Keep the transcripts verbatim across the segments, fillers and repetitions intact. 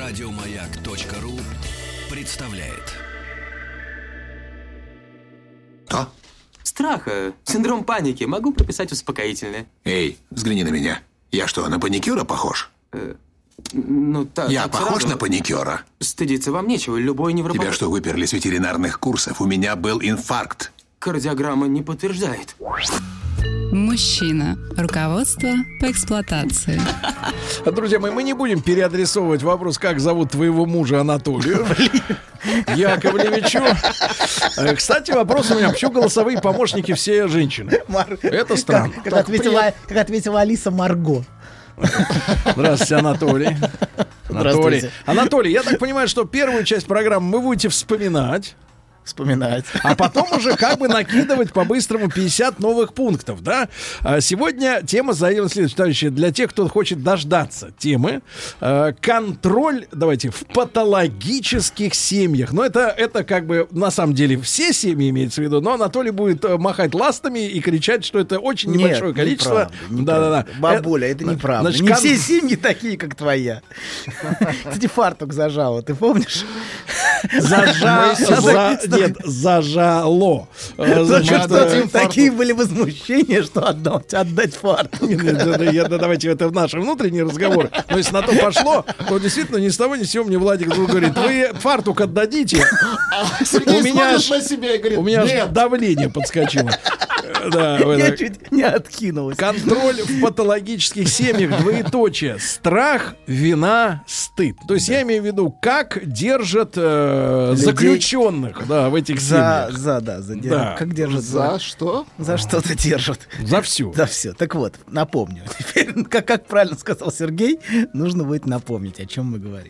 Радиомаяк.ру представляет. Что? Страх, э, синдром паники. Могу прописать успокоительное. Эй, взгляни на меня. Я что, на паникюра похож? Э, ну, так, Я так похож сразу. на паникюра? Стыдиться вам нечего. Любой невропат... Тебя что, выперли с ветеринарных курсов? У меня был инфаркт. Кардиограмма не подтверждает. Мужчина. Руководство по эксплуатации. Друзья мои, мы не будем переадресовывать вопрос, как зовут твоего мужа Анатолию Яковлевичу. Кстати, вопрос у меня: почему голосовые помощники все женщины? Мар... Это странно. Как, как, ответила, как ответила Алиса, Марго. Здравствуйте, Анатолий. Анатолий. Анатолий, я так понимаю, что первую часть программы вы будете вспоминать. Вспоминать. А потом уже как бы накидывать по-быстрому пятьдесят новых пунктов, да? А сегодня тема заявлена следующая, товарищи. Для тех, кто хочет дождаться темы, э, контроль, давайте, в патологических семьях. Но это, это как бы на самом деле все семьи имеется в виду, но Анатолий будет махать ластами и кричать, что это очень Нет, небольшое количество. Да-да-да. Бабуля, это, это неправда. Значит, не кон... все семьи такие, как твоя. Кстати, фартук зажала, ты помнишь? Зажа... За... Нет, зажало. Значит, такие были возмущения, что отдать, отдать фартук. Давайте это в наши внутренние разговоры. Но если на то пошло, то действительно ни с того ни с сего мне Владик вдруг говорит: вы фартук отдадите. У меня у меня давление подскочило. Да, я чуть не откинулась. Контроль в патологических семьях, двоеточие: страх, вина, стыд. То есть да. Я имею в виду, как держат э, заключенных, да, в этих за, семьях. За, да, за, да. Как держат? За, за что? За что-то держат. За все. За все. Так вот, напомню. Теперь, как, как правильно сказал Сергей, нужно будет напомнить, о чем мы говорим.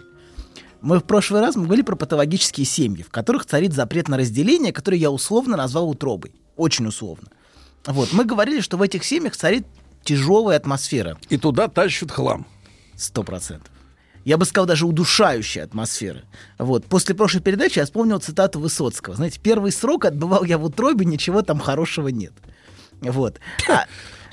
Мы в прошлый раз мы говорили про патологические семьи, в которых царит запрет на разделение, который я условно назвал утробой. Очень условно. Вот, мы говорили, что в этих семьях царит тяжелая атмосфера. И туда тащат хлам. Сто процентов. Я бы сказал, даже удушающая атмосфера. Вот. После прошлой передачи я вспомнил цитату Высоцкого. Знаете, первый срок отбывал я в утробе, ничего там хорошего нет. Вот. А...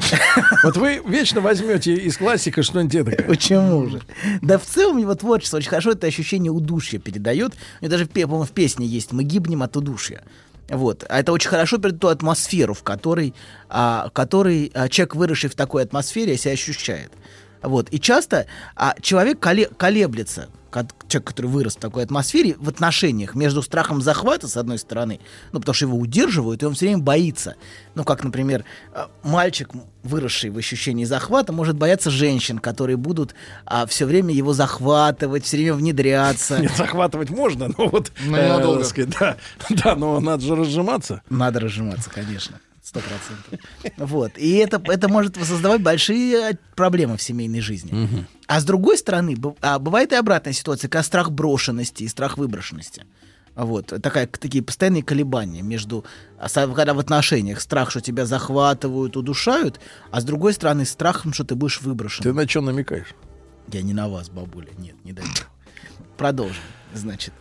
Вот вы вечно возьмете из классика что-нибудь такое. Почему же? Да в целом его творчество очень хорошо это ощущение удушья передает. У него даже, по-моему, в песне есть «Мы гибнем от удушья». Вот. А это очень хорошо передает ту атмосферу, в которой, а, которой а, человек, выросший в такой атмосфере, себя ощущает. Вот. И часто а, человек коле- колеблется, как, человек, который вырос в такой атмосфере, в отношениях между страхом захвата, с одной стороны, ну, потому что его удерживают, и он все время боится. Ну, как, например, мальчик, выросший в ощущении захвата, может бояться женщин, которые будут а, все время его захватывать, все время внедряться. Нет, захватывать можно, но вот... Но ненадолго. Э, сказать, да, да, но надо же разжиматься. Надо разжиматься, конечно. Сто процентов. Вот. И это, это может создавать большие проблемы в семейной жизни. Угу. А с другой стороны, бывает и обратная ситуация, как страх брошенности и страх выброшенности. Вот. Такая, такие постоянные колебания между, когда в отношениях страх, что тебя захватывают, удушают, а с другой стороны страхом, что ты будешь выброшен. Ты на что намекаешь? Я не на вас, бабуля. Нет, не дай бог. Продолжим. Значит,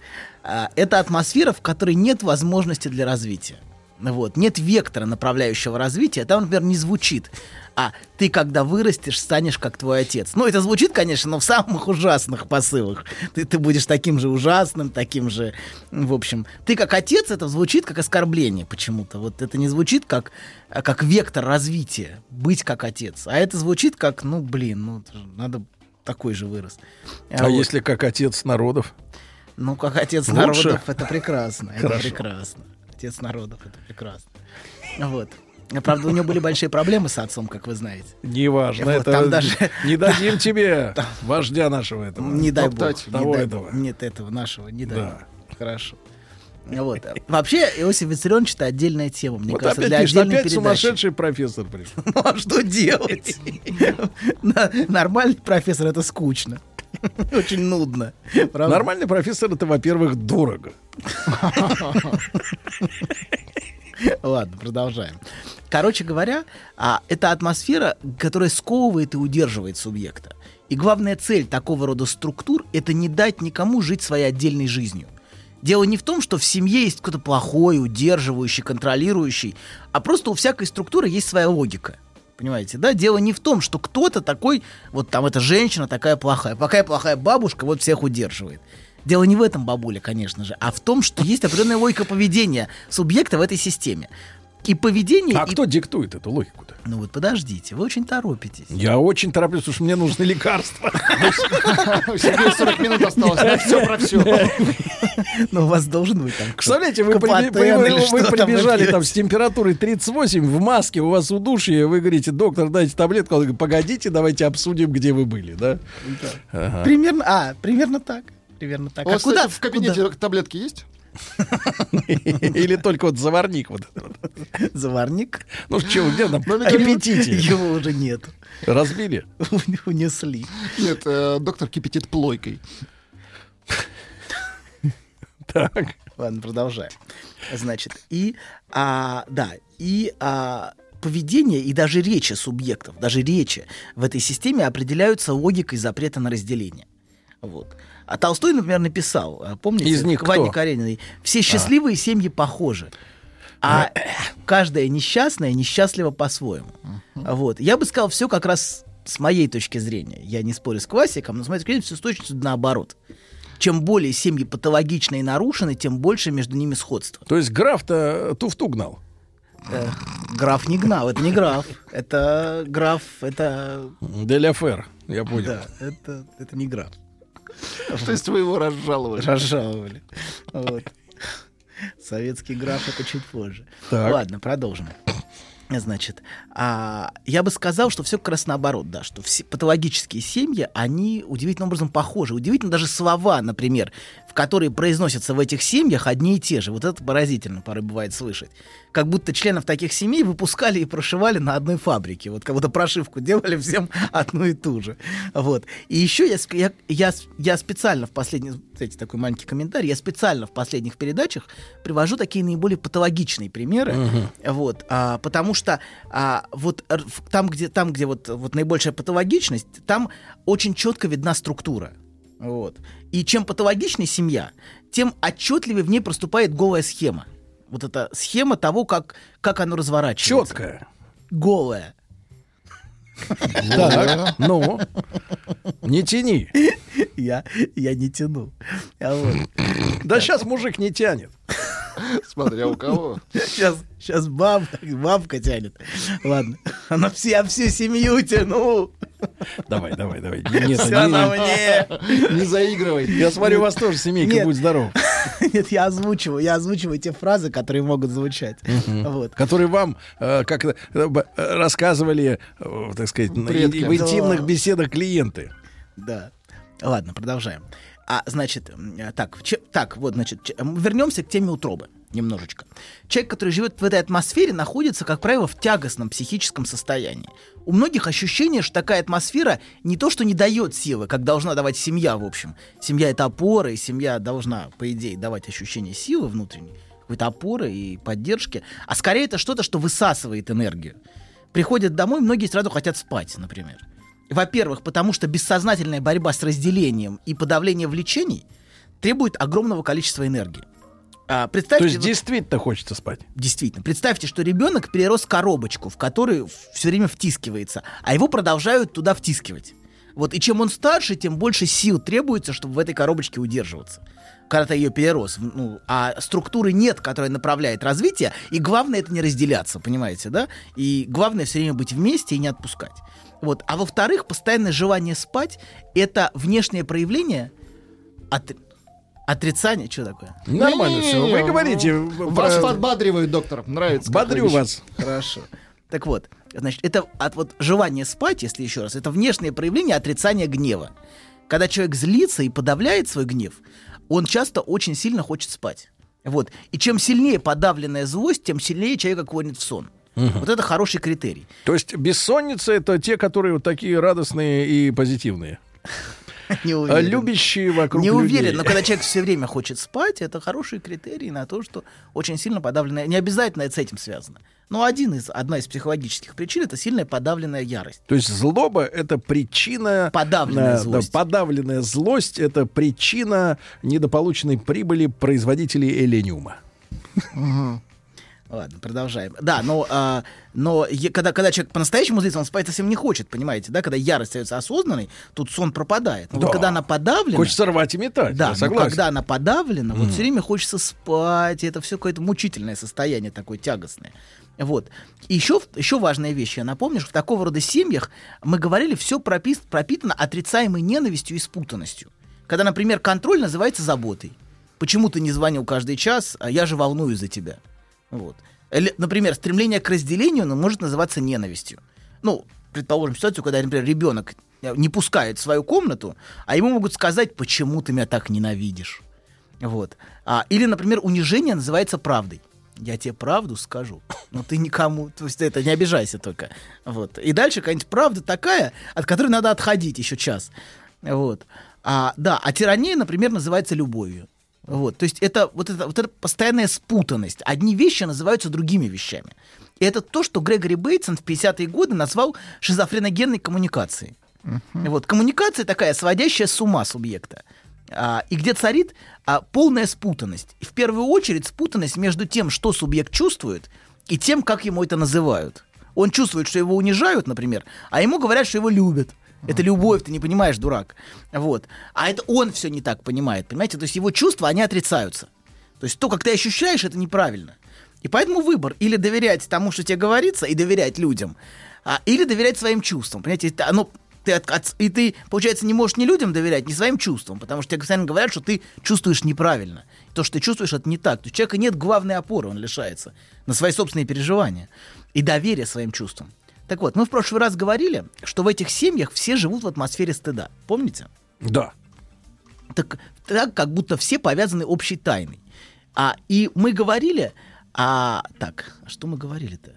это атмосфера, в которой нет возможности для развития. Вот. Нет вектора направляющего развития. Там, например, не звучит: а ты, когда вырастешь, станешь как твой отец. Ну, это звучит, конечно, но в самых ужасных посылах. Ты, ты будешь таким же ужасным, таким же... В общем, ты как отец, это звучит как оскорбление почему-то. Вот это не звучит как, как вектор развития, быть как отец. А это звучит как, ну, блин, ну, надо такой же вырос. А вот. Если как отец народов? Ну, как отец Лучше? Народов, это прекрасно. Это Хорошо. прекрасно. Отец народов, это прекрасно. Вот. Правда, у него были большие проблемы с отцом, как вы знаете. Неважно, вот, это там даже... не дадим тебе вождя нашего этого. Не дай бог. Того не дай этого. бог. Нет, этого нашего, не дай да. бог. Хорошо. Вот. Вообще, Иосиф Виссарионович — это отдельная тема, мне вот кажется, опять, для пишет, отдельной опять передачи. сумасшедший профессор пришел. Ну, а что делать? Нормальный профессор — это скучно. Очень нудно. Правда? Нормальный профессор — это, во-первых, дорого. Ладно, продолжаем. Короче говоря, а, это атмосфера, которая сковывает и удерживает субъекта. И главная цель такого рода структур — это не дать никому жить своей отдельной жизнью. Дело не в том, что в семье есть кто-то плохой, удерживающий, контролирующий, а просто у всякой структуры есть своя логика. Понимаете, да? Дело не в том, что кто-то такой, вот там эта женщина такая плохая, какая плохая бабушка, вот всех удерживает. Дело не в этом, бабуля, конечно же, а в том, что есть определенная логика поведения субъекта в этой системе. И поведение... А и... кто диктует эту логику-то? Ну вот подождите, вы очень торопитесь. Я очень тороплюсь, потому что мне нужны лекарства. У Сергея сорок минут осталось, на все про все. Но у вас должен быть там... Представляете, вы, Капотен при- вы- или вы что там прибежали вы там с температурой тридцать восемь, в маске, у вас удушье, вы говорите: доктор, дайте таблетку. Он говорит: погодите, давайте обсудим, где вы были, да? Ага. Примерно, а, примерно так. Примерно так. У А вас, куда кстати, в кабинете таблетки есть? Или только вот заварник вот этот вот. заварник? Ну что, где там? Ну, Кипятите. Его уже нет. Разбили? Унесли. Нет, э, доктор кипятит плойкой. Так. Ладно, продолжаем. Значит, и, а, да, и а, поведение и даже речи субъектов, даже речи в этой системе определяются логикой запрета на разделение. Вот. А Толстой, например, написал, помните, Из них в Ване кто? Карениной: все счастливые семьи похожи, а каждая несчастная несчастлива по-своему. Вот. Я бы сказал, все как раз с моей точки зрения. Я не спорю с классиком, но с моей точки зрения все с точностью наоборот. Чем более семьи патологичны и нарушены, тем больше между ними сходства. То есть граф-то туфту гнал? Э, граф не гнал, это не граф. Это граф, это... Деля Фер, я понял. Да, это, это не граф. То есть вы его разжаловали. Разжаловали. Вот. Советский граф — это чуть позже. Так. Ладно, продолжим. Значит, а, я бы сказал, что все как раз наоборот, да, что все патологические семьи, они удивительным образом похожи. Удивительно даже слова, например, в которые произносятся в этих семьях, одни и те же. Вот это поразительно порой бывает слышать. Как будто членов таких семей выпускали и прошивали на одной фабрике. Вот как будто прошивку делали всем одну и ту же. Вот. И еще я, я, я, я специально в последних, кстати, такой маленький комментарий, я специально в последних передачах привожу такие наиболее патологичные примеры. Uh-huh. Вот, а, потому что а, вот там, где, там, где вот, вот наибольшая патологичность, там очень четко видна структура. Вот. И чем патологичнее семья, тем отчетливее в ней проступает голая схема. Вот эта схема того, как, как оно разворачивается. Четкая. Голая. Так, ну, не тяни. Я, я не тяну. А вот. Да сейчас мужик не тянет. Смотря у кого. Сейчас, сейчас бабка, бабка тянет. Ладно. Она все, я всю семью тяну. Давай, давай, давай. Нет, Все не- на мне. Не заигрывай. Я смотрю, у вас тоже семейка, Нет. будь здоров. Нет, я озвучиваю, я озвучиваю те фразы, которые могут звучать. Вот. Которые вам, э, как э, б- э, рассказывали, э, так сказать, на- Предки. и- в интимных Да. беседах клиенты. Да. Ладно, продолжаем. А, значит, м, так, че- так, вот, значит, че- м, вернемся к теме утробы немножечко. Человек, который живет в этой атмосфере, находится, как правило, в тягостном психическом состоянии. У многих ощущение, что такая атмосфера не то, что не дает силы, как должна давать семья, в общем. Семья — это опора, и семья должна, по идее, давать ощущение силы внутренней, какой-то опоры и поддержки, а скорее это что-то, что высасывает энергию. Приходят домой, многие сразу хотят спать, например. Во-первых, потому что бессознательная борьба с разделением и подавление влечений требует огромного количества энергии. А, То представьте, есть вот- действительно хочется спать. действительно, представьте, что ребенок перерос коробочку, в которую все время втискивается, а его продолжают туда втискивать. Вот, и чем он старше, тем больше сил требуется, чтобы в этой коробочке удерживаться. Когда ты ее перерос, ну, а структуры нет, которая направляет развитие, и главное — это не разделяться, понимаете, да? И главное все время быть вместе и не отпускать. Вот. А во-вторых, постоянное желание спать — это внешнее проявление от... отрицания. Что такое? Нормально все. Вы говорите. Вас про- подбадривают, доктор. Нравится. Бодрю какая вас. вещь. Хорошо. Так вот, значит, это от вот желания спать, если еще раз, это внешнее проявление отрицания гнева. Когда человек злится и подавляет свой гнев, он часто очень сильно хочет спать. Вот. И чем сильнее подавленная злость, тем сильнее человека клонит в сон. Вот это хороший критерий. То есть бессонница — это те, которые вот такие радостные и позитивные. Не А уверен. любящие вокруг Не людей. уверен, но когда человек все время хочет спать, это хороший критерий на то, что очень сильно подавленная... Не обязательно это с этим связано. Но один из, одна из психологических причин — это сильная подавленная ярость. То есть злоба — это причина... Подавленная да, злость. да, подавленная злость — это причина недополученной прибыли производителей элениума. Ладно, продолжаем. Да, но, а, но е- когда, когда человек по-настоящему злится, он спать совсем не хочет, понимаете, да? Когда ярость остается осознанной, тут сон пропадает. Но Да. вот когда она подавлена... Хочется рвать и метать. Да, я но согласен. когда она подавлена, Mm. вот все время хочется спать, и это все какое-то мучительное состояние такое тягостное. Вот. И еще, еще важная вещь, я напомню, что в такого рода семьях мы говорили, все пропис- пропитано отрицаемой ненавистью и спутанностью. Когда, например, контроль называется заботой. Почему ты не звонил каждый час, а я же волнуюсь за тебя. Вот. Или, например, стремление к разделению ну, может называться ненавистью. Ну, предположим, ситуацию, когда, например, ребенок не пускает в свою комнату, а ему могут сказать, почему ты меня так ненавидишь. Вот. А, или, например, унижение называется правдой. Я тебе правду скажу, но ты никому, то есть это не обижайся только. Вот. И дальше какая-нибудь правда такая, от которой надо отходить еще час. Вот. А, да, а тирания, например, называется любовью. Вот, то есть это вот, это вот эта постоянная спутанность. Одни вещи называются другими вещами. И это то, что Грегори Бейтсон в пятидесятые годы назвал шизофреногенной коммуникацией. Uh-huh. Вот, коммуникация такая, сводящая с ума субъекта. А, и где царит а, полная спутанность. И в первую очередь спутанность между тем, что субъект чувствует, и тем, как ему это называют. Он чувствует, что его унижают, например, а ему говорят, что его любят. Это любовь, ты не понимаешь, дурак. Вот. А это он все не так понимает, понимаете? То есть его чувства, они отрицаются. То есть то, как ты ощущаешь, это неправильно. И поэтому выбор или доверять тому, что тебе говорится, и доверять людям, а, или доверять своим чувствам. Понимаете, это, оно, ты от, от, и ты, получается, не можешь ни людям доверять, ни своим чувствам, потому что тебе постоянно говорят, что ты чувствуешь неправильно. То, что ты чувствуешь, это не так. То есть у человека нет главной опоры, он лишается на свои собственные переживания и доверия своим чувствам. Так вот, мы в прошлый раз говорили, что в этих семьях все живут в атмосфере стыда. Помните? Да. Так, так как будто все повязаны общей тайной. А, и мы говорили... А, так, а что мы говорили-то?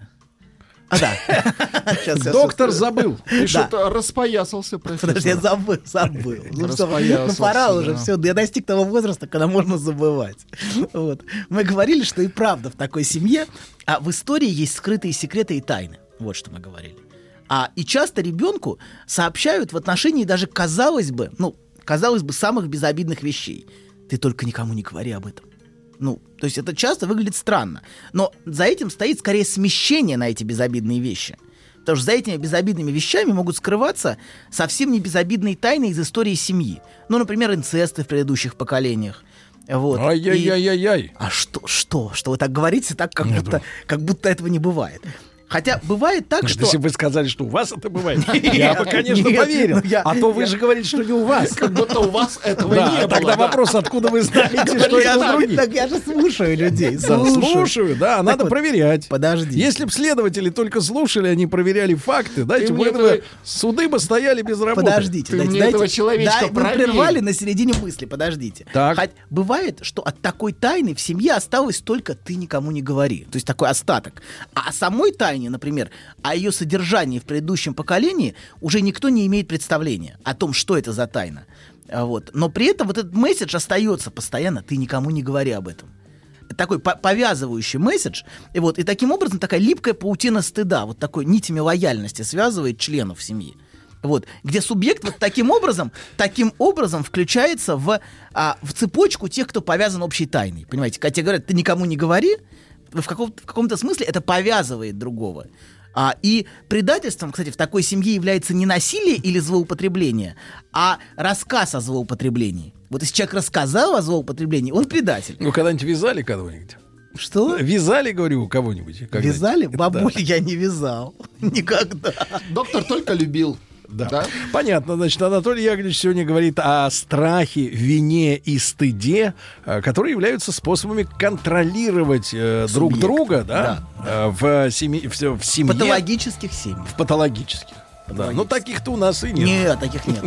А, да. Сейчас, сейчас, Доктор сейчас. забыл. Ты Да. что-то распоясался, профессор. Подожди, я забыл, забыл. Ну, что, Распоясался, ну, пора уже, да. все, я достиг того возраста, когда можно забывать. Вот. Мы говорили, что и правда в такой семье, а в истории есть скрытые секреты и тайны. Вот что мы говорили. А, и часто ребенку сообщают в отношении даже, казалось бы, ну, казалось бы, самых безобидных вещей. Ты только никому не говори об этом. Ну, то есть это часто выглядит странно. Но за этим стоит скорее смещение на эти безобидные вещи. Потому что за этими безобидными вещами могут скрываться совсем не безобидные тайны из истории семьи. Ну, например, инцесты в предыдущих поколениях. Вот. И- Ай-яй-яй-яй-яй. А что, что? Что вы так говорите, так, как, Нет, будто, как будто этого не бывает. Хотя бывает так, Нет, что... Если бы вы сказали, что у вас это бывает, я бы, конечно, Нет, поверил. ну я- А то вы я- же говорите, что не у вас. Как будто у вас этого Да, не было. тогда да. вопрос, откуда вы знаете, что я, это у же, других? так я же слушаю людей. Да, слушаю, да, надо вот, проверять. Подожди. Если бы следователи только слушали, они проверяли факты, дайте мне бы этого- этого- суды бы стояли без работы. Подождите, Ты дайте, мне дайте- этого человечка да, вы проверь. прервали на середине мысли, подождите. Так. Хоть бывает, что от такой тайны в семье осталось только ты никому не говори. То есть такой остаток. А о самой тайне, например, о ее содержании в предыдущем поколении уже никто не имеет представления о том, что это за тайна. А Вот. Но при этом вот этот месседж остается постоянно, ты никому не говори об этом. Такой по- повязывающий месседж. И, вот, и таким образом такая липкая паутина стыда, вот такой нитями лояльности связывает членов семьи. Вот, где субъект вот таким образом, таким образом включается в, а, в цепочку тех, кто повязан общей тайной. Понимаете, когда тебе говорят, ты никому не говори, в, каком- в каком-то смысле это повязывает другого. А, и предательством, кстати, в такой семье является не насилие или злоупотребление, а рассказ о злоупотреблении. Вот если человек рассказал о злоупотреблении, он предатель. Ну, когда-нибудь вязали кого-нибудь? Что? Вязали, говорю, кого-нибудь? когда-нибудь? Вязали? Да. Бабуль я не вязал. Никогда. Доктор только любил. Да. Да? Понятно. Значит, Анатолий Яковлевич сегодня говорит о страхе, вине и стыде, э, которые являются способами контролировать э, друг Субъект. друга, да, э, в, семье, в, в семье, Патологических семей. в патологических. Да. Но таких-то у нас и нет. Нет, таких нет.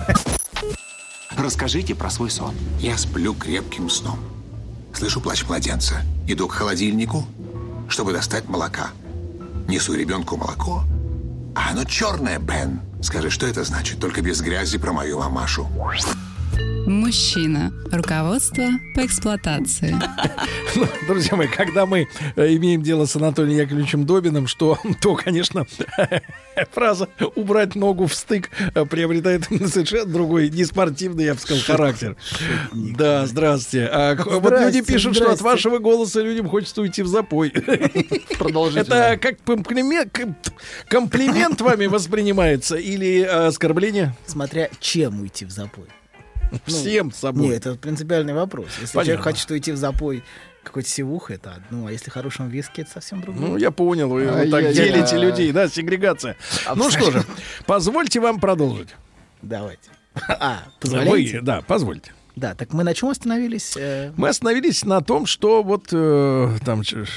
Расскажите про свой сон. Я сплю крепким сном. Слышу плач младенца. Иду к холодильнику, чтобы достать молока. Несу ребенку молоко. А оно черное, Бен. Скажи, что это значит? Только без грязи про мою мамашу. Мужчина. Руководство по эксплуатации. Ну, друзья мои, когда мы э, имеем дело с Анатолием Яковлевичем Добиным, что, то, конечно, фраза «убрать ногу в стык» э, приобретает совершенно другой, неспортивный, я бы сказал, характер. Да, здравствуйте. А, к- вот люди пишут, что от вашего голоса людям хочется уйти в запой. Продолжительно. Это как комплимент, ком- комплимент вами воспринимается или э, оскорбление? Смотря чем уйти в запой. Всем с собой. Нет, это принципиальный вопрос. Если Понятно. человек хочет уйти в запой какой-то сивух, это одно, а если хорошим виски, это совсем другое. Ну, я понял, вы вот так Ай-яй-яй. делите людей, да, сегрегация. Ну что же, позвольте вам продолжить. Давайте. А, позволяете? Вы, да, позвольте. Да, так мы на чем остановились? Э, Мы остановились на том, что вот э, там... ч-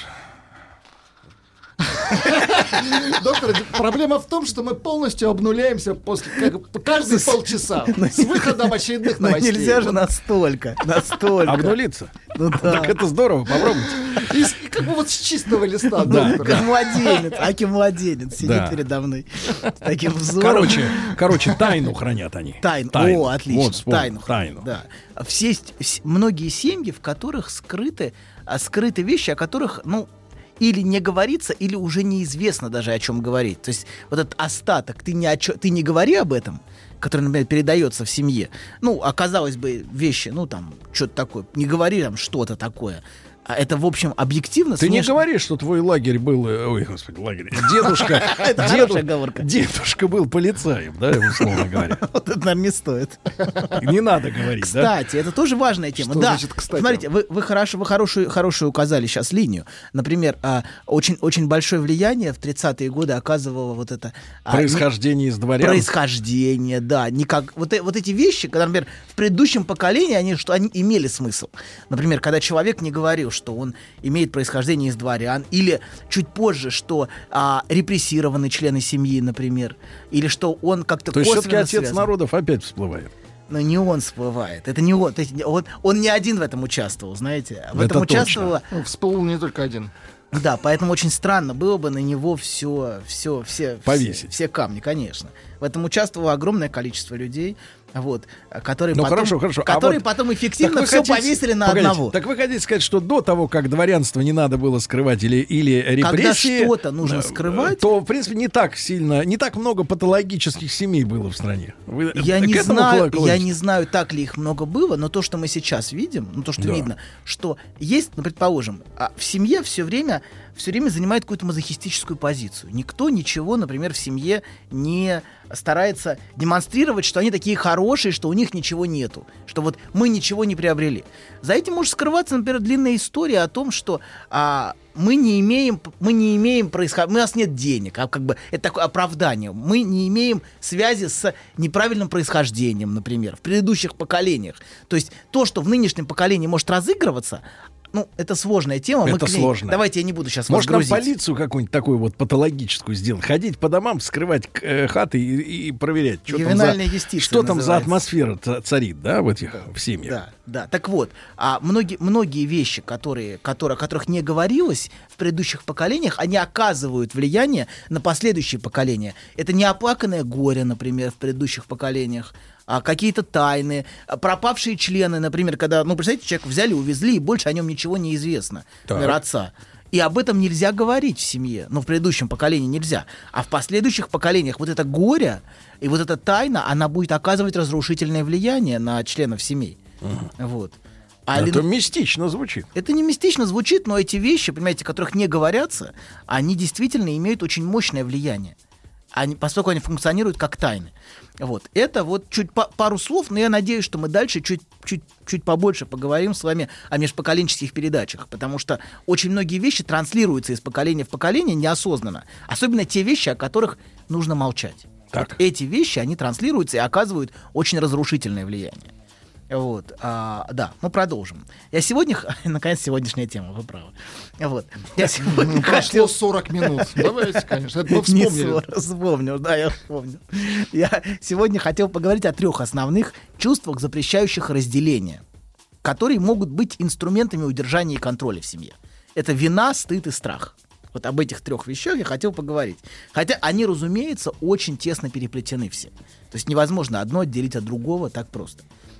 Доктор, проблема в том, что мы полностью обнуляемся после как, каждые полчаса с выходом очередных Ну новостей. нельзя же настолько, настолько. Обнулиться? Ну да. Так это здорово, попробуйте. И, с- и как бы вот с чистого листа, Да. доктор. Как младенец, аки младенец сидит Да. передо мной с таким взором. Короче, короче, тайну хранят они. Тайну. Тайну. О, отлично. Вот, вспомнил, тайну. тайну. Да. Все, с- многие семьи, в которых скрыты, а, скрыты вещи, о которых, ну, или не говорится, или уже неизвестно даже о чем говорить. То есть вот этот остаток, ты не, о чё- ты не говори об этом, который, например, передается в семье. Ну, оказалось бы, вещи, ну, там, что-то такое. Не говори там что-то такое. А это, в общем, объективно. Ты не внешне- говоришь, что твой лагерь был... э, Ой, господи, лагерь. Дедушка... Это деду- хорошая оговорка. Дедушка был полицаем, да, условно говоря. Вот это, наверное, не стоит. Не надо говорить, да? Кстати, это тоже важная тема. Что да, значит «кстати»? смотрите, вы, вы, хорошо, вы хорошую, хорошую указали сейчас линию. Например, а, очень, очень большое влияние в тридцатые годы оказывало вот это... а, Происхождение из не- дворян. Происхождение, да. Никак, вот, э- вот эти вещи, когда, например, в предыдущем поколении они, что, они имели смысл. Например, когда человек не говорил, что он имеет происхождение из дворян, или чуть позже, что а, репрессированы члены семьи, например, или что он как-то То есть все-таки косвенно отец связан. народов опять всплывает. Но не он всплывает. Это не он. То есть он, он не один в этом участвовал, знаете. В Это этом точно. участвовало. Ну, всплыл не только один. Да, поэтому очень странно было бы на него все, все, все, Повесить. все, все камни, конечно. В этом участвовало огромное количество людей, вот, которые Ну потом, хорошо, хорошо. А которые вот- потом эффективно Так вы все хотите- повесили на Погодите, одного. Так вы хотите сказать, что до того, как дворянство не надо было скрывать или, или Когда репрессии... что-то нужно э, скрывать- То, в принципе, не так сильно, не так много патологических семей было в стране. Вы Я к не, этому знаю, кла- я клоните? не знаю, так ли их много было, но то, что мы сейчас видим, ну то, что Да. видно, что есть, ну, предположим, а в семье все время, все время занимает какую-то мазохистическую позицию. Никто ничего, например, в семье не старается демонстрировать, что они такие хорошие, что у них ничего нету, что вот мы ничего не приобрели. За этим может скрываться, например, длинная история о том, что а, мы не имеем, мы не имеем происход... у нас нет денег, а как бы это такое оправдание. Мы не имеем связи с неправильным происхождением, например, в предыдущих поколениях. То есть то, что в нынешнем поколении может разыгрываться, ну, это сложная тема. Мы Это к ней- сложно. Давайте я не буду сейчас вас Может, нам грузить. полицию какую-нибудь такую вот патологическую сделать? Ходить по домам, вскрывать э, хаты и, и проверять, что там, за, Ювенальная юстиция что там за называется. атмосфера ца- царит, да, в этих в семьях. Да, да. Так вот, а многие, многие вещи, которые, которые, о которых не говорилось в предыдущих поколениях, они оказывают влияние на последующие поколения. Это неоплаканное горе, например, в предыдущих поколениях, а какие-то тайны, а пропавшие члены, например, когда, ну, представляете, человека взяли, увезли, и больше о нем ничего не известно, Так. например, отца. И об этом нельзя говорить в семье. Ну, в предыдущем поколении нельзя. А в последующих поколениях вот это горе и вот эта тайна, она будет оказывать разрушительное влияние на членов семей. Вот. А Это ли- мистично звучит. это не мистично звучит, но эти вещи, понимаете, о которых не говорятся, они действительно имеют очень мощное влияние. Они, поскольку они функционируют как тайны. Вот. Это вот чуть па- пару слов, но я надеюсь, что мы дальше чуть, чуть, чуть побольше поговорим с вами о межпоколенческих передачах, потому что очень многие вещи транслируются из поколения в поколение неосознанно. Особенно те вещи, о которых нужно молчать. Так. Вот эти вещи, они транслируются и оказывают очень разрушительное влияние. Вот, а, да, мы продолжим. Я сегодня, наконец, сегодняшняя тема, вы правы. Вот, я сегодня Прошло хотел... сорок минут. Давайте, конечно. Это мы Не вспомнили. ссора, вспомнил, да, я вспомнил. Я сегодня хотел поговорить о трех основных чувствах, запрещающих разделение, которые могут быть инструментами удержания и контроля в семье. Это вина, стыд и страх. Вот об этих трех вещах я хотел поговорить. Хотя они, разумеется, очень тесно переплетены все. То есть невозможно одно отделить от другого так просто.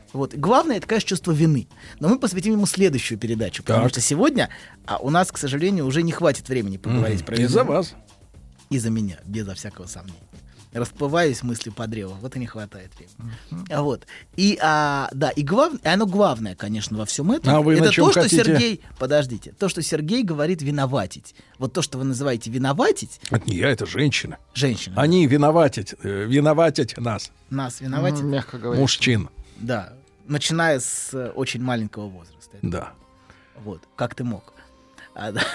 Вот. Главное, это, конечно, чувство вины. Но мы посвятим ему следующую передачу, потому Так. что сегодня а, у нас, к сожалению, уже не хватит времени поговорить про вину. Из-за вас. Из-за меня, безо всякого сомнения. Расплываюсь мыслью по древу, вот и не хватает времени. А Вот. И, а, да, и главное, и оно главное, конечно, во всем этом, А вы на это чем то, что хотите? Сергей, подождите, то, что Сергей говорит виноватить. Вот то, что вы называете виноватить, Это не я, это женщина. женщина, Они виноватить, э, виноватить нас, нас виноватить, М, Мягко говоря. мужчин. да, начиная с э, очень маленького возраста. Это- Да. Вот, как ты мог? А, да.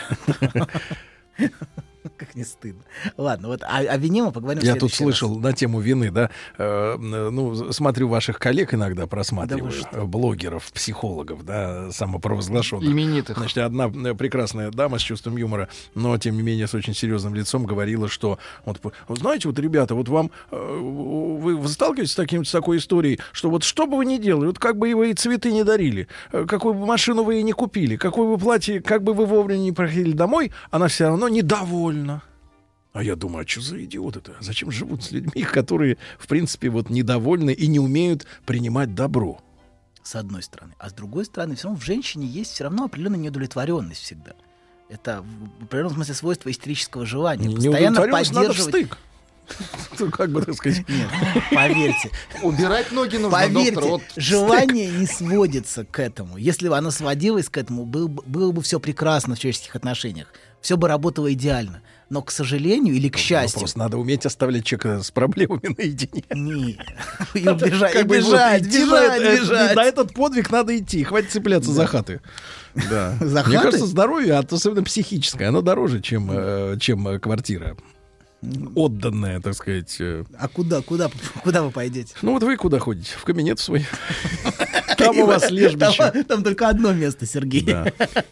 Как не стыдно. Ладно, вот о, о вине мы поговорим в Я тут следующий раз. слышал на тему вины, да, э, ну, смотрю ваших коллег иногда, просматриваю, Да вы э, блогеров, психологов, да, самопровозглашенных. Именитых. Значит, одна э, прекрасная дама с чувством юмора, но, тем не менее, с очень серьезным лицом говорила, что, вот, вы знаете, вот, ребята, вот вам, э, вы, вы сталкиваетесь с, таким, с такой историей, что вот что бы вы ни делали, вот как бы вы и цветы не дарили, э, какую бы машину вы и не купили, какое бы платье, как бы вы вовремя не проходили домой, она все равно недовольна. А я думаю, а что за идиот это? Зачем живут с людьми, которые, в принципе, вот недовольны и не умеют принимать добро? С одной стороны. А с другой стороны, все равно в женщине есть все равно определенная неудовлетворенность всегда. Это в определенном смысле свойство истерического желания. Постоянно Неудовлетворенность надо в поддерживать... стык. Ну, как бы так сказать. Нет, поверьте. Убирать ноги нужно, Поверьте, доктор. Вот желание не сводится к этому. Если бы оно сводилось к этому, был бы- было бы все прекрасно в человеческих отношениях. Все бы работало идеально. Но, к сожалению или к счастью... Просто надо уметь оставлять человека с проблемами наедине. Не. И убежать, Как и бы вот бежать, идти на бежать, это- бежать. На этот подвиг надо идти. Хватит цепляться за хаты. Да. За Мне хаты? кажется, здоровье, а особенно психическое, оно дороже, чем, э, чем э, квартира. Отданная, так сказать. э. А куда, куда, куда вы пойдете? Ну вот вы куда ходите? В кабинет свой. Там у вас лежбище. Там, там только одно место, Сергей. Да.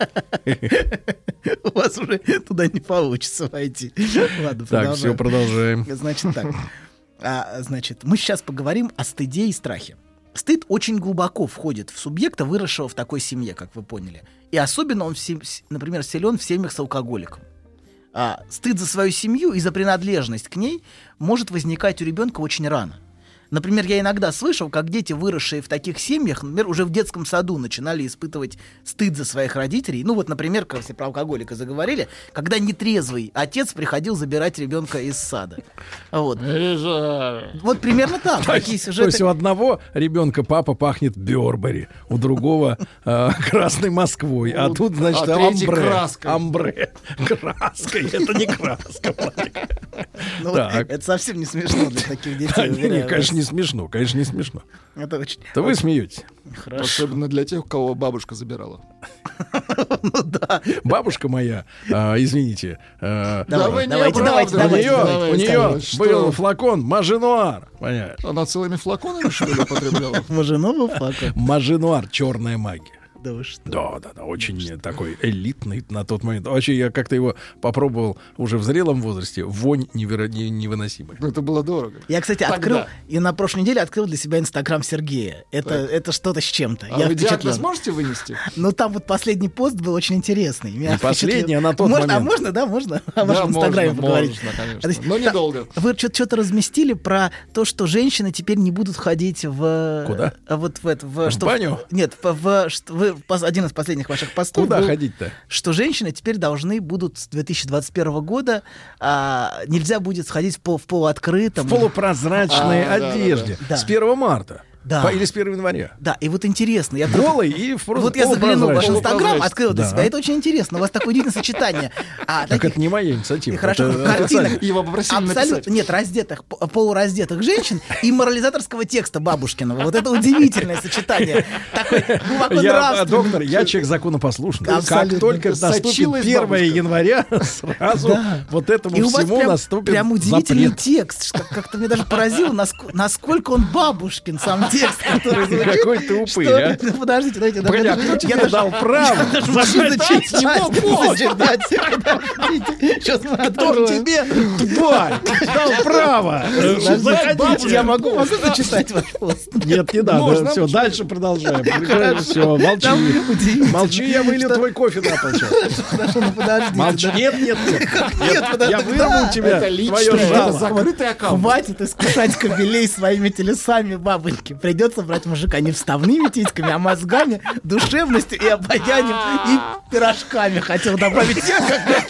У вас уже туда не получится войти. Ладно, Так, все, продолжаем. продолжаем. Значит так. А, значит, мы сейчас поговорим о стыде и страхе. Стыд очень глубоко входит в субъекта, выросшего в такой семье, как вы поняли. И особенно он, в сем- с- например, силен в семьях с алкоголиком. А, стыд за свою семью и за принадлежность к ней может возникать у ребенка очень рано. Например, я иногда слышал, как дети, выросшие в таких семьях, например, уже в детском саду начинали испытывать стыд за своих родителей. Ну вот, например, как все про алкоголика заговорили, когда нетрезвый отец приходил забирать ребенка из сада. Вот, вот примерно так. Такие То есть у сюжеты. одного ребенка папа пахнет Бёрбери, у другого э, Красной Москвой, а тут, значит, а третий амбре. краской. Амбре. Краской. Это не краска, Владик. Ну вот так. это совсем не смешно для таких детей. Да, не, уверяю не, вас. конечно, не смешно, конечно, не смешно. Это очень Да вы смеетесь. хорошо. особенно для тех, у кого бабушка забирала. Ну да. Бабушка моя, а, извините, а, Да вы не давайте, давайте, у оправдывайте. давайте, нее, давайте, у нее Что? был флакон Маженуар, понимаешь? Она целыми флаконами, что ли, употребляла? Мажиновый флакон. Маженуар, черная магия. Да вы что? Да, да, да, очень такой элитный на тот момент. Вообще, я как-то его попробовал уже в зрелом возрасте. Вонь неверо- не- невыносимая. Ну, это было дорого. Я, кстати, Тогда. открыл, и на прошлой неделе открыл для себя Инстаграм Сергея. Это, это что-то с чем-то. А Я вы диагноз впечатлен. можете вынести? Ну, там вот последний пост был очень интересный. Меня Не последний, впечатлил. а на тот можно, момент. А можно, да, можно о Да, вашем Инстаграме можно, поговорить? можно, конечно. То есть Но та- недолго. Вы что-то разместили про то, что женщины теперь не будут ходить в... Куда? а Вот в это... В, В что, баню? Нет, в, в- что вы, пос- один из последних ваших постов Куда был, ходить-то? что женщины теперь должны будут с две тысячи двадцать первого года а, нельзя будет сходить в, пол, в полуоткрытом. В полупрозрачной А, да, одежде. да, да. С первого марта. Да. По- Или с первого января. Да, и вот интересно. Я вдруг- Голый и в просто Вот я заглянул в ваш полупрозрачный. Инстаграм, Полупрозрачный. открыл для Да. себя. Это очень интересно. У вас такое удивительное сочетание. А, Так таких- это не моя инициатива. И хорошо, это картинок. официально. Его попросили Абсолютно написать. нет раздетых, п- полураздетых женщин и морализаторского текста Бабушкиного. Вот это удивительное сочетание. Такой глубоко Я, нравственный. доктор, я человек законопослушный. Абсолютно. Как только наступит Сочилась первое бабушка. января, сразу Да. вот этому И у вас всему прям, наступит прям удивительный запрет. текст. Как- Как-то меня даже поразило, наск- насколько он бабушкин, сам текст, который звучит. Какой ты упырь, Что- а? Ну, подождите, давайте. Погоди, а я- кто я тебе даже- дал право Прошу зачитать зачитать. его пост? Зачитать. Подождите. Сейчас мы Кто откроем. тебе, тварь, дал право заходить? Я могу, могу зачитать ваш пост? Нет, не надо. Можно? Все, дальше продолжаем. Все, Там молчи. удивительно. Молчи, я вылью Что- твой кофе на пол сейчас. Хорошо, ну подождите. Молчи. да. Нет, нет, нет. Нет, подожди, Я вырву да. у тебя Это твое личное, это жало. закрытый аккаунт. Хватит искушать кобелей своими телесами, бабоньки. Придется брать мужика не вставными титьками, а мозгами, душевностью и обаянием, и пирожками. Хотел добавить я,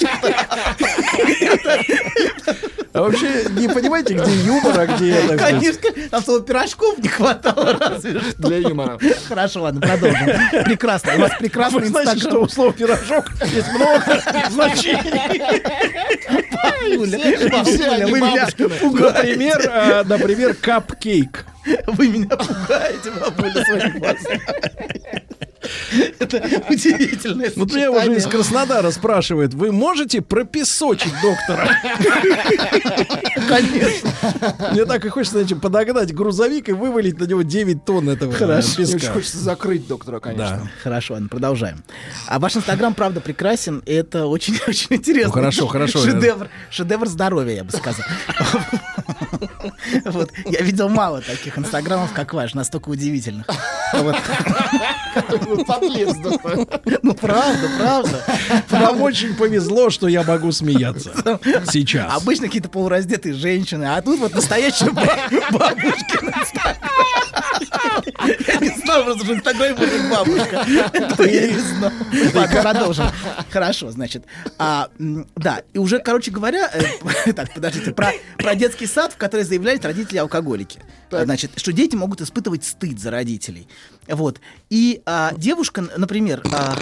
как А вообще не понимаете, где юмор, а где это? Конечно, там слово пирожков не хватало разве что. Для юмора. Хорошо, ладно, продолжим. Прекрасно. У вас прекрасный Вы знаете, что Инстаграм. у слова «пирожок» есть много значений. Юля, Все Юля, они вы меня бабушкины. пугаете. Например, э, например, капкейк. Вы меня пугаете, бабуля, своим глазами. Это удивительное Вот меня уже из сочетание. Краснодара спрашивают, вы можете пропесочить доктора? Конечно. Мне так и хочется, знаете, подогнать грузовик и вывалить на него девять тонн этого Хорошо. э, Мне очень песка. хочется закрыть доктора, конечно. Да. Хорошо, ладно, продолжаем. А ваш Инстаграм, правда, прекрасен. И это очень-очень интересно. Ну, хорошо, хорошо. Шедевр, шедевр здоровья, я бы сказал. Вот. Я видел мало таких инстаграмов, как ваш, настолько удивительных. Вот. Вы подлец, доктор. Ну, правда, правда. Вам очень повезло, что я могу смеяться сейчас. Обычно какие-то полураздетые женщины, а тут вот настоящая ба- бабушка на Инстаграме. Я не знал, просто в Инстаграме будет бабушка. Это я не знал. Ладно, продолжим. Хорошо, значит. А, м, да, и уже, короче говоря, э, так, подождите, про, про детский сад, в который заявляют родители-алкоголики. Значит, что дети могут испытывать стыд за родителей. Вот. И а, девушка, например... а,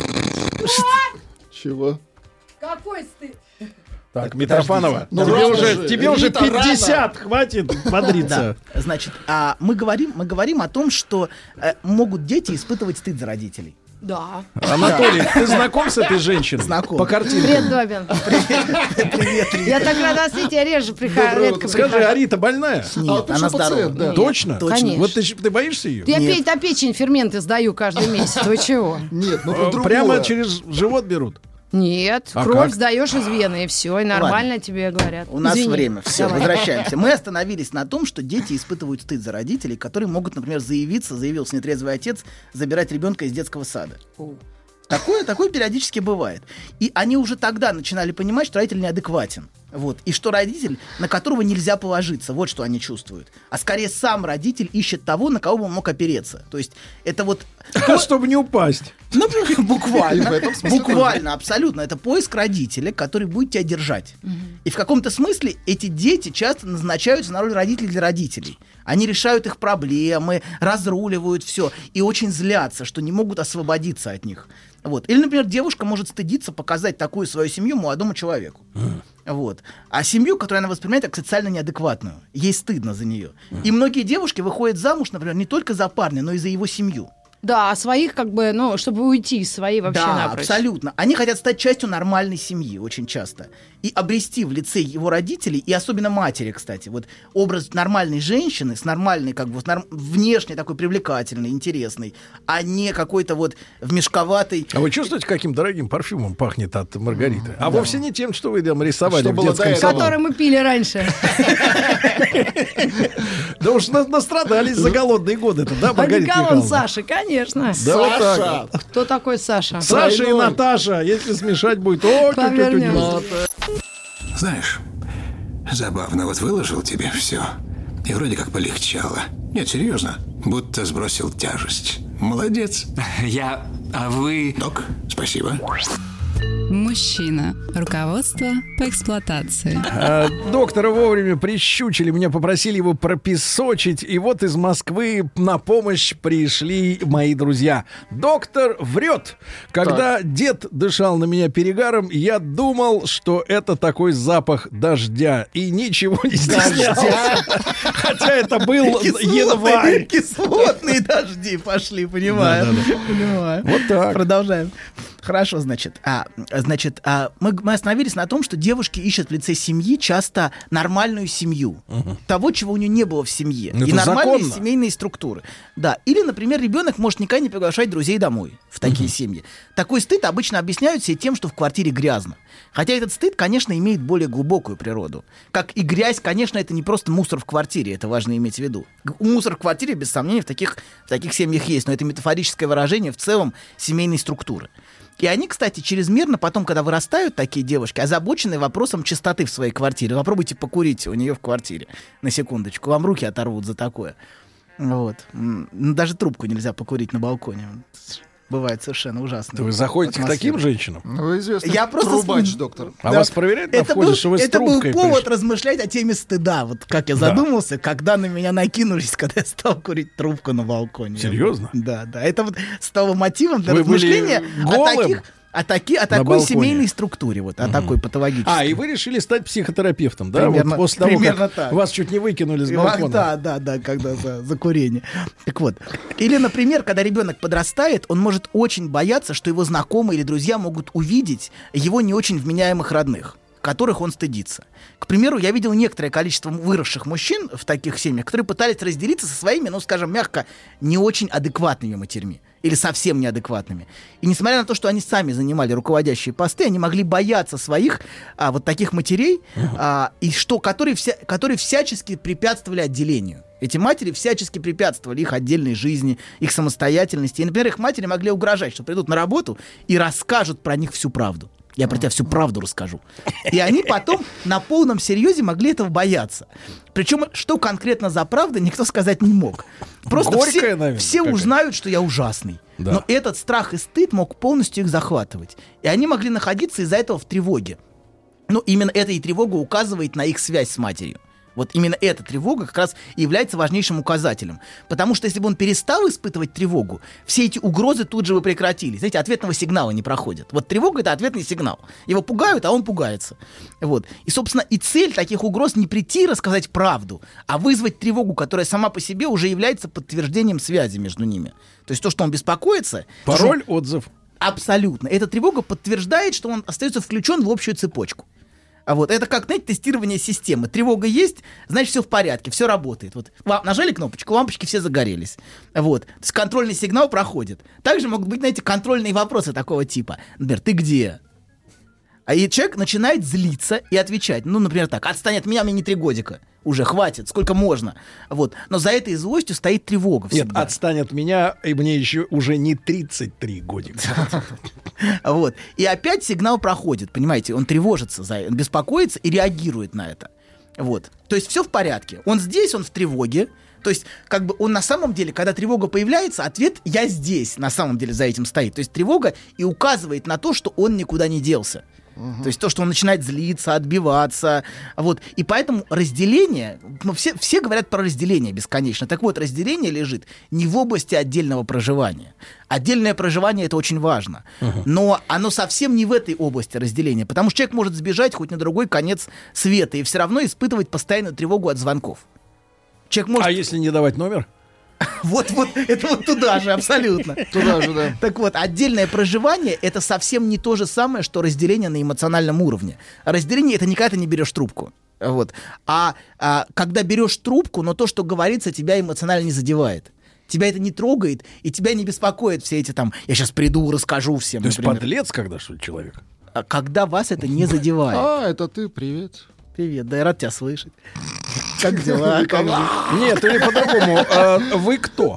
Чего? Какой стыд? Так, Митрофанова, Ну, тебе рано уже, же. тебе уже Рита, рано. пятьдесят, хватит бодриться. Да, значит, а мы говорим, мы говорим о том, что э, могут дети испытывать стыд за родителей. Да. Анатолий, ты знаком с этой женщиной? Знаком. По картинке. Привет, Добин. Привет, привет. Я так рада с я реже прихожу, Доброе редко утро. Скажи, прихожу. а Рита больная? А Нет, вот она что пациент, здорова. да. Точно? Точно. Конечно. Вот ты, ты боишься ее? Я Нет. пе- на печень ферменты сдаю каждый месяц. Вы чего? Нет, ну Э, про другое. Прямо через живот берут? Нет, А кровь как? сдаешь из вены, и все, и нормально тебе говорят. У нас Извини. время. Все, Давай. возвращаемся. Мы остановились на том, что дети испытывают стыд за родителей, которые могут, например, заявиться, заявился нетрезвый отец, забирать ребенка из детского сада. Такое, такое периодически бывает. И они уже тогда начинали понимать, что родитель неадекватен. Вот. И что родитель, на которого нельзя положиться, вот что они чувствуют. А скорее сам родитель ищет того, на кого бы он мог опереться. То есть это вот... Чтобы не упасть. Ну, буквально. И в этом смысле Буквально, абсолютно. Это поиск родителя, который будет тебя держать. И в каком-то смысле эти дети часто назначаются на роль родителей для родителей. Они решают их проблемы, разруливают все. И очень злятся, что не могут освободиться от них. Вот. Или, например, девушка может стыдиться показать такую свою семью молодому человеку. Вот. А семью, которую она воспринимает как социально неадекватную. Ей стыдно за нее. И многие девушки выходят замуж, например, не только за парня, но и за его семью. Да, а своих как бы, ну, чтобы уйти из своей вообще Да, напрочь. абсолютно. Они хотят стать частью нормальной семьи очень часто. И обрести в лице его родителей, и особенно матери, кстати, вот образ нормальной женщины с нормальной, как бы, с норм- внешне такой привлекательной, интересной, а не какой-то вот в мешковатой... А вы чувствуете, каким дорогим парфюмом пахнет от Маргариты? А вовсе не тем, что вы там рисовали Что в было детском до этого. саду. Который мы пили раньше. Да уж на- настрадались за голодные годы-то, да, Маргарита Одеколон Михайловна? Саши, конечно. Да, вот так Саша! вот. Кто такой Саша? Саша и Тройной. Наташа, если смешать будет, о, Повернём. Знаешь, забавно, вот выложил тебе все. И вроде как полегчало. Нет, серьезно, будто сбросил тяжесть. Молодец. Я... А вы... Док, спасибо. Мужчина. Руководство по эксплуатации. А, доктора вовремя прищучили, меня попросили его пропесочить, и вот из Москвы на помощь пришли мои друзья. Доктор врет. Когда дед дышал на меня перегаром, я думал, что это такой запах дождя, и ничего не стеснялся. Хотя это был январь. Кислотные дожди пошли, понимаю. Понимаю. Вот так. Продолжаем. Хорошо, значит. А, значит, а, мы, мы остановились на том, что девушки ищут в лице семьи часто нормальную семью. Того, чего у нее не было в семье. Ну, И это нормальные законно. семейные структуры. Да. Или, например, ребенок может никогда не приглашать друзей домой в такие семьи. Такой стыд обычно объясняют себе тем, что в квартире грязно. Хотя этот стыд, конечно, имеет более глубокую природу. Как и грязь, конечно, это не просто мусор в квартире, это важно иметь в виду. Г- Мусор в квартире, без сомнения, в таких, в таких семьях есть, но это метафорическое выражение в целом семейной структуры. И они, кстати, чрезмерно потом, когда вырастают такие девушки, озабочены вопросом чистоты в своей квартире. Попробуйте покурить у нее в квартире, на секундочку, вам руки оторвут за такое. Вот. М, ну, даже трубку нельзя покурить на балконе. Бывает совершенно ужасно. Вы заходите к таким женщинам? Ну, известный Я просто трубач, вспом- доктор. А Да. вас проверяют на Это входе, был, что вы с это был трубкой повод пришли? размышлять о теме стыда. Вот как я Да. задумался, когда на меня накинулись, когда я стал курить трубку на балконе. Серьезно? Да, да. Это вот стало мотивом для Вы были размышления о голым таких, о, таки, о на такой балконе? семейной структуре, вот, о такой патологической. А, и вы решили стать психотерапевтом, да? Примерно- вот после того, примерно как так. вас чуть не выкинули с И балкона. вот, Да, да, да, когда за, за курение. Так вот. Или, например, когда ребенок подрастает, он может очень бояться, что его знакомые или друзья могут увидеть его не очень вменяемых родных, которых он стыдится. К примеру, я видел некоторое количество выросших мужчин в таких семьях, которые пытались разделиться со своими, ну, скажем, мягко, не очень адекватными матерьми. Или совсем неадекватными. И несмотря на то, что они сами занимали руководящие посты, они могли бояться своих а, вот таких матерей, а, и что, которые, вся, которые всячески препятствовали отделению. Эти матери всячески препятствовали их отдельной жизни, их самостоятельности. И, например, их матери могли угрожать, что придут на работу и расскажут про них всю правду. Я про тебя всю правду расскажу. И они потом на полном серьезе могли этого бояться. Причем, что конкретно за правда, никто сказать не мог. Просто Горькая, все, наверное, все какая-то. узнают, что я ужасный. Да. Но этот страх и стыд мог полностью их захватывать. И они могли находиться из-за этого в тревоге. Ну, именно эта и тревога указывает на их связь с матерью. Вот именно эта тревога как раз и является важнейшим указателем. Потому что если бы он перестал испытывать тревогу, все эти угрозы тут же бы прекратились. Знаете, ответного сигнала не проходит. Вот тревога — это ответный сигнал. Его пугают, а он пугается. Вот. И, собственно, и цель таких угроз не прийти и рассказать правду, а вызвать тревогу, которая сама по себе уже является подтверждением связи между ними. То есть то, что он беспокоится... Пароль, отзыв. Абсолютно. Эта тревога подтверждает, что он остается включен в общую цепочку. А вот это как, знаете, тестирование системы. Тревога есть, значит, все в порядке, все работает. Вот ла- нажали кнопочку, лампочки все загорелись. Вот. То есть контрольный сигнал проходит. Также могут быть, знаете, контрольные вопросы такого типа. Например, ты где? А и человек начинает злиться и отвечать. Ну, например, так: отстань от меня, мне не три годика. Уже хватит, сколько можно. Вот. Но за этой злостью стоит тревога Нет, всегда. отстань от меня, и мне еще уже не тридцать три годика. Вот. И опять сигнал проходит, понимаете, он тревожится, за, он беспокоится и реагирует на это. Вот. То есть все в порядке. Он здесь, он в тревоге. То есть, как бы он на самом деле, когда тревога появляется, ответ «я здесь» на самом деле за этим стоит. То есть тревога и указывает на то, что он никуда не делся. То есть то, что он начинает злиться, отбиваться. Вот. И поэтому разделение, ну, все, все говорят про разделение бесконечно. Так вот, разделение лежит не в области отдельного проживания. Отдельное проживание — это очень важно. Uh-huh. Но оно совсем не в этой области разделения. Потому что человек может сбежать хоть на другой конец света и все равно испытывать постоянную тревогу от звонков. Человек может... А если не давать номер? Вот-вот, это вот туда же, абсолютно. Туда же, да. Так вот, отдельное проживание — это совсем не то же самое, что разделение на эмоциональном уровне. Разделение — это не когда ты не берешь трубку. Вот. А, а когда берешь трубку, но то, что говорится, тебя эмоционально не задевает. Тебя это не трогает, и тебя не беспокоит все эти там «я сейчас приду, расскажу всем». То есть например. подлец, когда что ли человек? А когда вас это не задевает. А, это ты, привет. Привет, да я рад тебя слышать. Как дела? Как же? Нет, или по-другому. А, вы кто?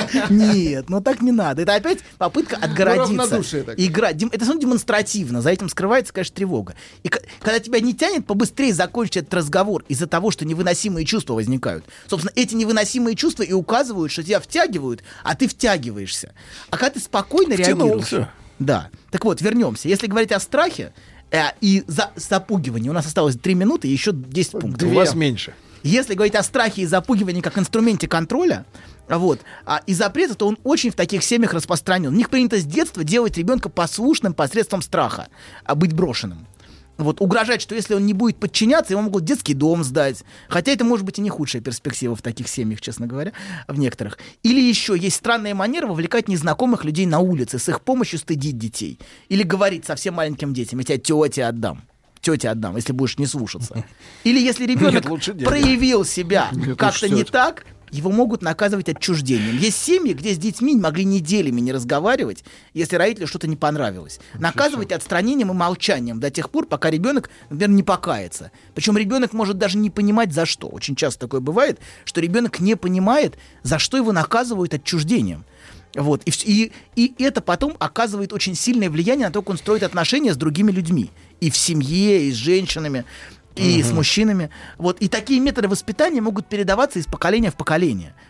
Нет, ну так не надо. Это опять попытка отгородиться. равнодушие такое. Игра. Дем- Это все демонстративно. За этим скрывается, конечно, тревога. И к- когда тебя не тянет побыстрее закончить этот разговор из-за того, что невыносимые чувства возникают. Собственно, эти невыносимые чувства и указывают, что тебя втягивают, а ты втягиваешься. А когда ты спокойно реагируешь... Втянулся. Да. Так вот, вернемся. Если говорить о страхе э, и за- запугивании, у нас осталось три минуты и еще десять пунктов. У вас меньше. Если говорить о страхе и запугивании как инструменте контроля, вот, а, и запрета, то он очень в таких семьях распространен. У них принято с детства делать ребенка послушным посредством страха, а быть брошенным. Вот, угрожать, что если он не будет подчиняться, его могут в детский дом сдать. Хотя это может быть и не худшая перспектива в таких семьях, честно говоря, в некоторых. Или еще есть странная манера вовлекать незнакомых людей на улице, с их помощью стыдить детей. Или говорить совсем маленьким детям: я тебя тете отдам. Тете отдам, если будешь не слушаться. Или если ребенок Нет, лучше дядя. проявил себя Нет, как-то лучше не тетя. так, его могут наказывать отчуждением. Есть семьи, где с детьми могли неделями не разговаривать, если родителю что-то не понравилось. Наказывать отстранением и молчанием до тех пор, пока ребенок, например, не покается. Причем ребенок может даже не понимать, за что. Очень часто такое бывает, что ребенок не понимает, за что его наказывают отчуждением. Вот. И, вс- и, и это потом оказывает очень сильное влияние на то, как он строит отношения с другими людьми. И в семье, и с женщинами, и с мужчинами. Вот. И такие методы воспитания могут передаваться из поколения в поколение.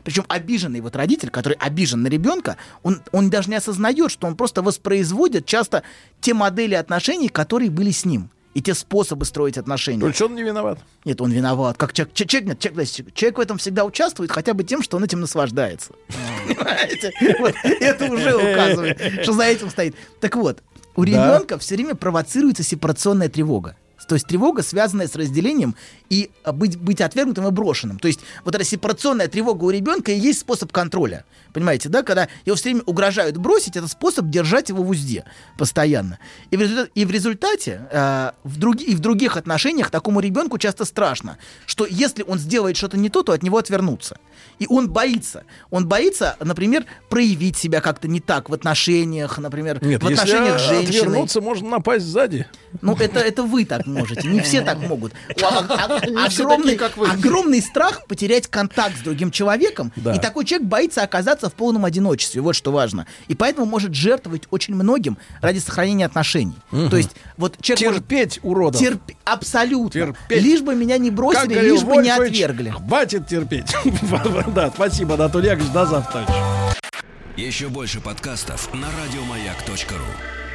Причем обиженный вот родитель, который обижен на ребенка, он, он даже не осознает, что он просто воспроизводит часто те модели отношений, которые были с ним. И те способы строить отношения. То есть он не виноват? Нет, он виноват. Как человек, человек, нет, человек, человек в этом всегда участвует, хотя бы тем, что он этим наслаждается. Понимаете? Вот, это уже указывает, что за этим стоит. Так вот, у ребенка все время провоцируется сепарационная тревога. То есть тревога, связанная с разделением и быть, быть отвергнутым и брошенным. То есть вот эта сепарационная тревога у ребенка и есть способ контроля. Понимаете, да? Когда его все время угрожают бросить, это способ держать его в узде постоянно. И в результате, и в, результате э, в, други, и в других отношениях такому ребенку часто страшно, что если он сделает что-то не то, то от него отвернутся. И он боится. Он боится, например, проявить себя как-то не так в отношениях, например, Нет, в отношениях с если женщиной. отвернуться, можно напасть сзади. Ну, это, это вы так можете, не все так могут. Не все Огромный, такие, как вы. огромный страх потерять контакт с другим человеком, Да. и такой человек боится оказаться в полном одиночестве, вот что важно. И поэтому может жертвовать очень многим ради сохранения отношений. То есть вот человек может Терпеть уродов. терпеть, абсолютно, Терпеть. лишь бы меня не Как бросили, говорил лишь бы не Вольфович, отвергли. хватит терпеть. Да, спасибо, Анатолий Яковлевич, до завтра. Еще больше подкастов на радиомаяк точка ру.